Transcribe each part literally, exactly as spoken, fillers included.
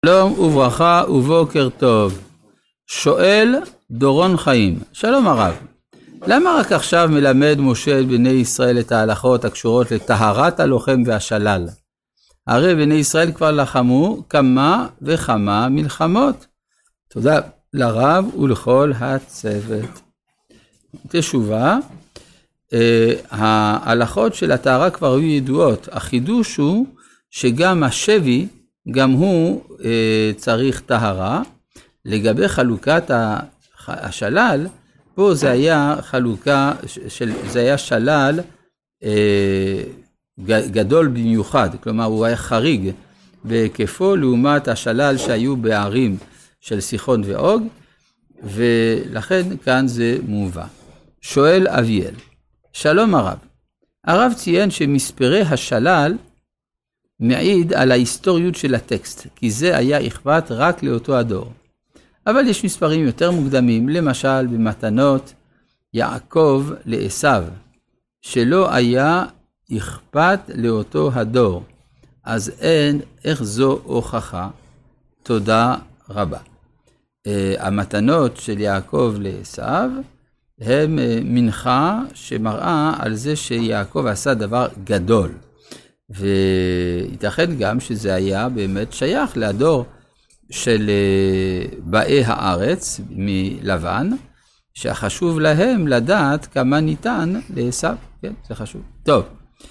שלום וברכה ובוקר טוב. שואל דורון חיים, שלום הרב, למה רק עכשיו מלמד משה את בני ישראל את ההלכות הקשורות לטהרת הלוחם והשלל? הרי בני ישראל כבר לחמו כמה וכמה מלחמות. תודה לרב ולכל הצוות. תשובה, ההלכות של הטהרה כבר היו ידועות. החידוש הוא שגם השבי, גם הוא אה, צריך טהרה. לגבי חלוקת השלל, פה זה היה חלוקה, של, זה היה שלל אה, גדול במיוחד, כלומר הוא היה חריג בהיקפו לעומת השלל שהיו בערים של סיחון ואוג, ולכן כאן זה מובא. שואל אביאל, שלום הרב, הרב ציין שמספרי השלל מעיד על ההיסטוריות של הטקסט, כי זה היה אכפת רק לאותו הדור. אבל יש מספרים יותר מוקדמים, למשל במתנות יעקב לעשו, שלא היה אכפת לאותו הדור. אז אין איך זו הוכחה. תודה רבה. המתנות של יעקב לעשו הם מנחה שמראה על זה שיעקב עשה דבר גדול. וייתכן גם שזה היה באמת שייך לדור של באי הארץ מלבן, שחשוב להם לדעת כמה ניתן לעשו. כן, זה חשוב. טוב.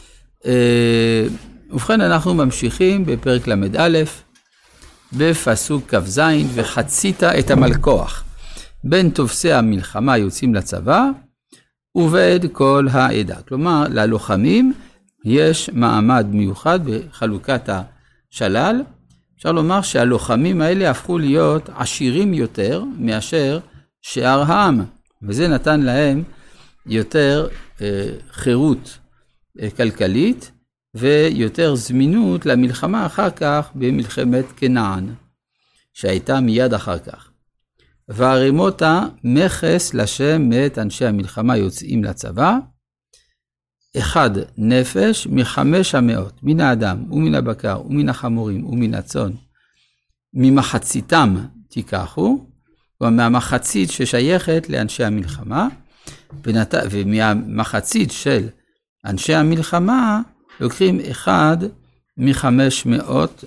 ובכן אנחנו ממשיכים בפרק למד א', בפסוק כ"ז, וחצית את המלכוח. בין תופסי המלחמה יוצאים לצבא, ובעד כל העדה. כלומר, ללוחמים יש מעמד מיוחד בחלוקת השלל. אפשר לומר שהלוחמים האלה הפכו להיות עשירים יותר מאשר שאר העם, וזה נתן להם יותר אה, חירות אה, כלכלית, ויותר זמינות למלחמה אחר כך במלחמת כנען, שהייתה מיד אחר כך. והרימותה מכס לשם מאת אנשי המלחמה יוצאים לצבא, אחד נפש מחמש המאות, מן האדם ומן הבקר ומן החמורים ומן הצאן, ממחציתם תיקחו, ומהמחצית ששייכת לאנשי המלחמה, ונת... ומהמחצית של אנשי המלחמה לוקחים אחד מחמש מאות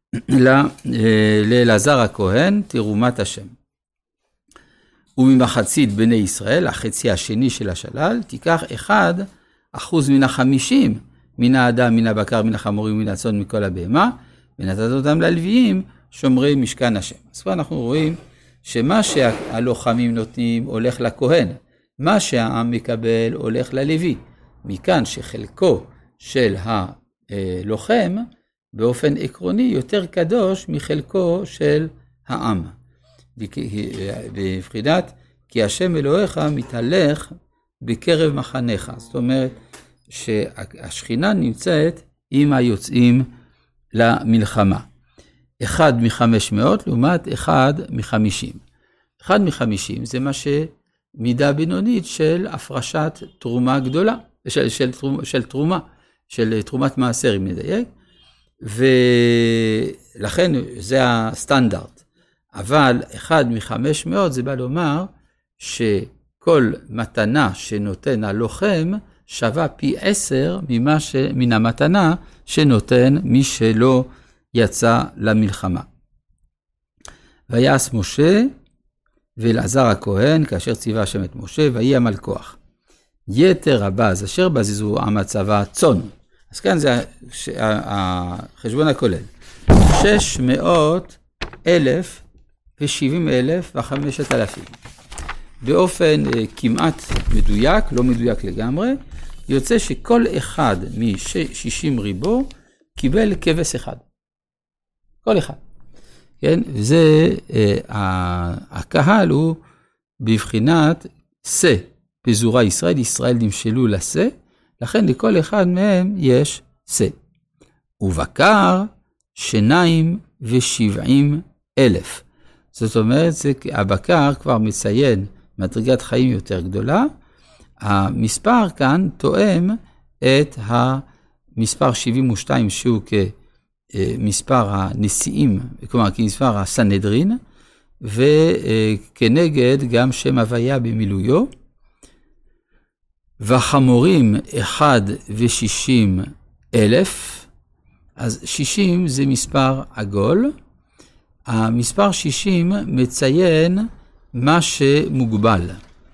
לאלעזר הכהן, תרומת השם. וממחצית בני ישראל, החצי השני של השלל, תיקח אחד אחוז מן החמישים, מן האדם, מן הבקר, מן החמורים, מן הצאן, מכל הבהמה, ונתת אותם ללוויים, שומרי משכן השם. אז פה אנחנו רואים שמה שהלוחמים נותנים הולך לכהן, מה שהעם מקבל הולך ללוי. מכאן שחלקו של הלוחם באופן עקרוני יותר קדוש מחלקו של העם. בבחינת כי השם אלוהיך מתהלך בקרב מחניך. זאת אומרת שהשכינה נמצאת עם היוצאים למלחמה. אחד מחמש מאות לעומת אחד מחמישים. אחד מחמישים זה מה שמידה בינונית של הפרשת תרומה גדולה, של, של, של תרומה, של תרומת מעשר אם נדייק, ולכן זה הסטנדרט. אבל אחד מחמש מאות זה בא לומר שכל מתנה שנותן הלוחם שווה פי עשר ממה ש... מן המתנה שנותן מי שלא יצא למלחמה. ויעש משה ואלעזר הכהן כאשר ציווה השם את משה, ויהי המלכוח. יתר הבז אשר בזזו עם הצבא צאן. אז כאן זה החשבון הכולל. שש מאות אלף ושבעים אלף וחמשת אלפים. באופן uh, כמעט מדויק, לא מדויק לגמרי, יוצא שכל אחד מ-שישים ריבו קיבל כבש אחד. כל אחד. כן? וזה, uh, הקהל הוא בבחינת שא, פזורה ישראל, ישראל נמשלו לשא, לכן לכל אחד מהם יש שא. ובקר שניים ושבעים אלף. זאת אומרת, זה, הבקר כבר מציין מדרגת חיים יותר גדולה. המספר כאן תואם את המספר שבעים ושתיים שהוא כ... כמספר הנשיאים, כלומר כמספר הסנהדרין, וכנגד גם שם הוויה במילויו, והחמורים אחד ושישים אלף, אז שישים זה מספר עגול, המספר שישים מציין מה שמוגבל.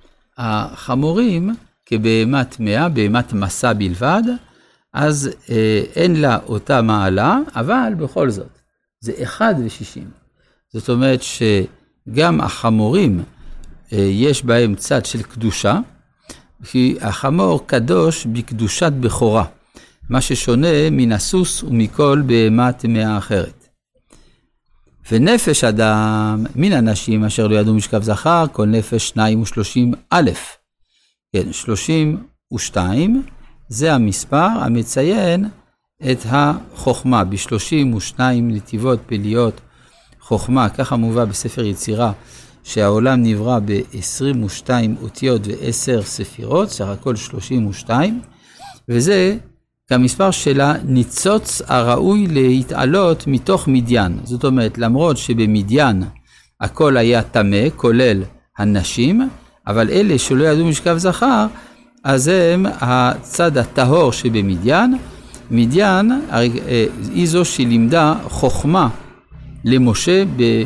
החמורים כבהמת מאה, בהמת מסע בלבד, אז אה, אין לה אותה מעלה, אבל בכל זאת, זה אחד ושישים. זאת אומרת שגם החמורים אה, יש בהם צד של קדושה, כי החמור קדוש בקדושת בכורה, מה ששונה מן הסוס ומכל בהמת מאה אחרת. ונפש אדם מן אנשים אשר לא ידעו משכב זכר, כל נפש שניים ושלושים אלף. כן, שלושים ושתיים, זה המספר המציין את החוכמה, בשלושים ושניים נתיבות פליות חוכמה, ככה מובא בספר יצירה, שהעולם נברא ב-עשרים ושתיים אותיות ו-עשר ספירות, סך הכל שלושים ושתיים, וזה כמספר שלה ניצוץ הראוי להתעלות מתוך מדיין. זאת אומרת, למרות שבמדיין הכל היה טמא, כולל הנשים, אבל אלה שלא ידעו משכב זכר, אז הם הצד הטהור שבמדיין. מדיין היא זו שלימדה חוכמה למשה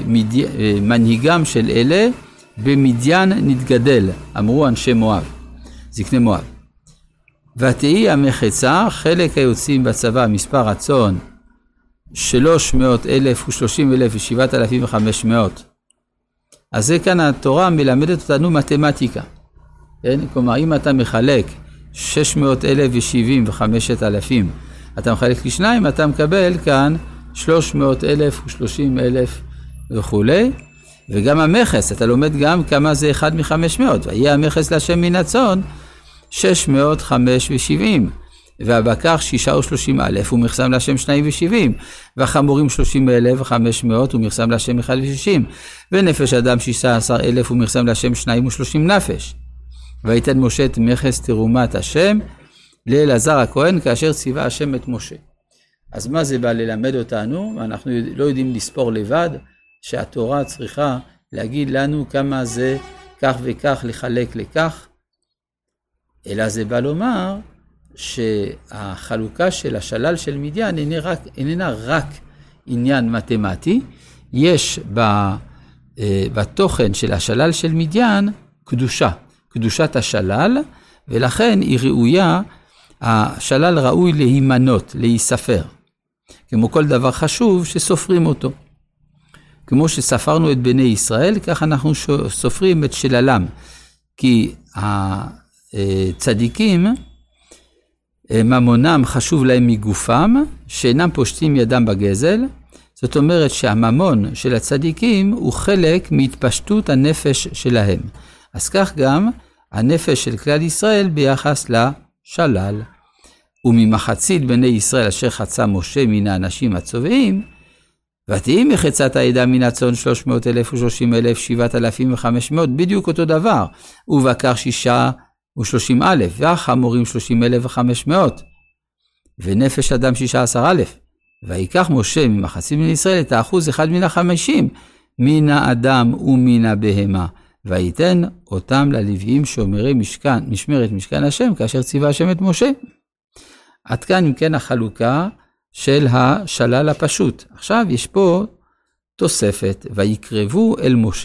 במנהיגם של אלה, במדיין נתגדל, אמרו אנשי מואב, זקני מואב. ותהי המחצה, חלק היוצאים בצבא, מספר הצאן, שלוש מאות אלף ושלושים אלף ושבעת אלפים וחמש מאות. אז זה כאן התורה מלמדת אותנו מתמטיקה. כן? כלומר, אם אתה מחלק שש מאות אלף ושבעים וחמשת אלפים, אתה מחלק לשניים, אתה מקבל כאן שלוש מאות אלף ושלושים אלף וכו'. וגם המחס, אתה לומד גם כמה זה אחד מחמש מאות. ויהיה המחס להשם מן הצאן, שש מאות חמש ושבעים. והבקר שישה ושלושים אלף, ומחסם להשם שניים ושבעים. והחמורים שלושים אלף וחמש מאות, ומחסם להשם אחד ושישים. ונפש אדם שישה עשר אלף, ומחסם להשם שניים ושלושים נפש. ויתן משה את מחס תרומת השם לאלעזר הכהן, כאשר ציווה השם את משה. אז מה זה בא ללמד אותנו? אנחנו לא יודעים לספור לבד, שהתורה צריכה להגיד לנו כמה זה כך וכך לחלק לכך, אלא זה בא לומר שהחלוקה של השלל של מדיין איננה רק, איננה רק עניין מתמטי, יש בתוכן של השלל של מדיין קדושה, קדושת השלל, ולכן היא ראויה, השלל ראוי להימנות, להיספר. כמו כל דבר חשוב שסופרים אותו. כמו שספרנו את בני ישראל, כך אנחנו סופרים את שללם. כי הצדיקים, ממונם חשוב להם מגופם, שאינם פושטים ידם בגזל. זאת אומרת שהממון של הצדיקים הוא חלק מהתפשטות הנפש שלהם. אז כך גם הנפש של כלל ישראל ביחס לשלל. וממחצית בני ישראל אשר חצה משה מן האנשים הצובעים, ותהי מחצת העדה מן הצאן שלוש מאות אלף ושלושים אלף, שבעת אלפים וחמש מאות, בדיוק אותו דבר. ובקר שישה ושלושים אלף, והחמורים שלושים אלף וחמש מאות. ונפש אדם שישה עשר אלף. ויקח משה ממחצית בני ישראל את האחוז אחד מן החמישים, מן האדם ומן הבהמה. ויתן אותם ללוויים שומרי משכן, משמרת משכן השם, כאשר ציווה השם את משה. עד כאן אם כן החלוקה של השלל הפשוט. עכשיו יש פה תוספת, ויקרבו אל משה.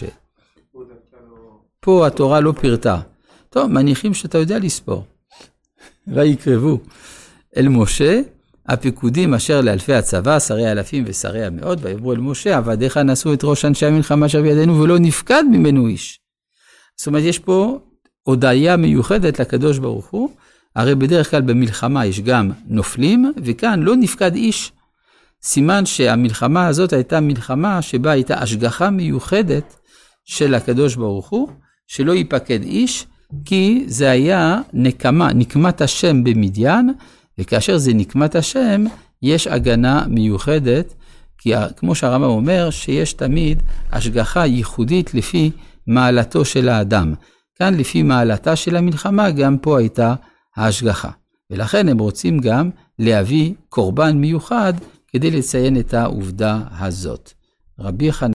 פה התורה לא פרטה. טוב, מניחים שאתה יודע לספור. ויקרבו אל משה, הפיקודים אשר לאלפי הצבא, שרי האלפים ושרי המאות, ויאמרו אל משה, עבדיך נשאו את ראש אנשי המלחמה אשר בידינו, ולא נפקד ממנו איש. זאת אומרת, יש פה הודיה מיוחדת לקדוש ברוך הוא, הרי בדרך כלל במלחמה יש גם נופלים, וכאן לא נפקד איש. סימן שהמלחמה הזאת הייתה מלחמה שבה הייתה השגחה מיוחדת של הקדוש ברוך הוא, שלא ייפקד איש, כי זה היה נקמה, נקמת השם במדיין, וכאשר זה נקמת השם, יש הגנה מיוחדת, כי כמו שהרמב"ם אומר, שיש תמיד השגחה ייחודית לפי מעלתו של האדם. כאן לפי מעלתה של המלחמה, גם פה הייתה ההשגחה. ולכן הם רוצים גם להביא קורבן מיוחד כדי לציין את העובדה הזאת. רבי חנניה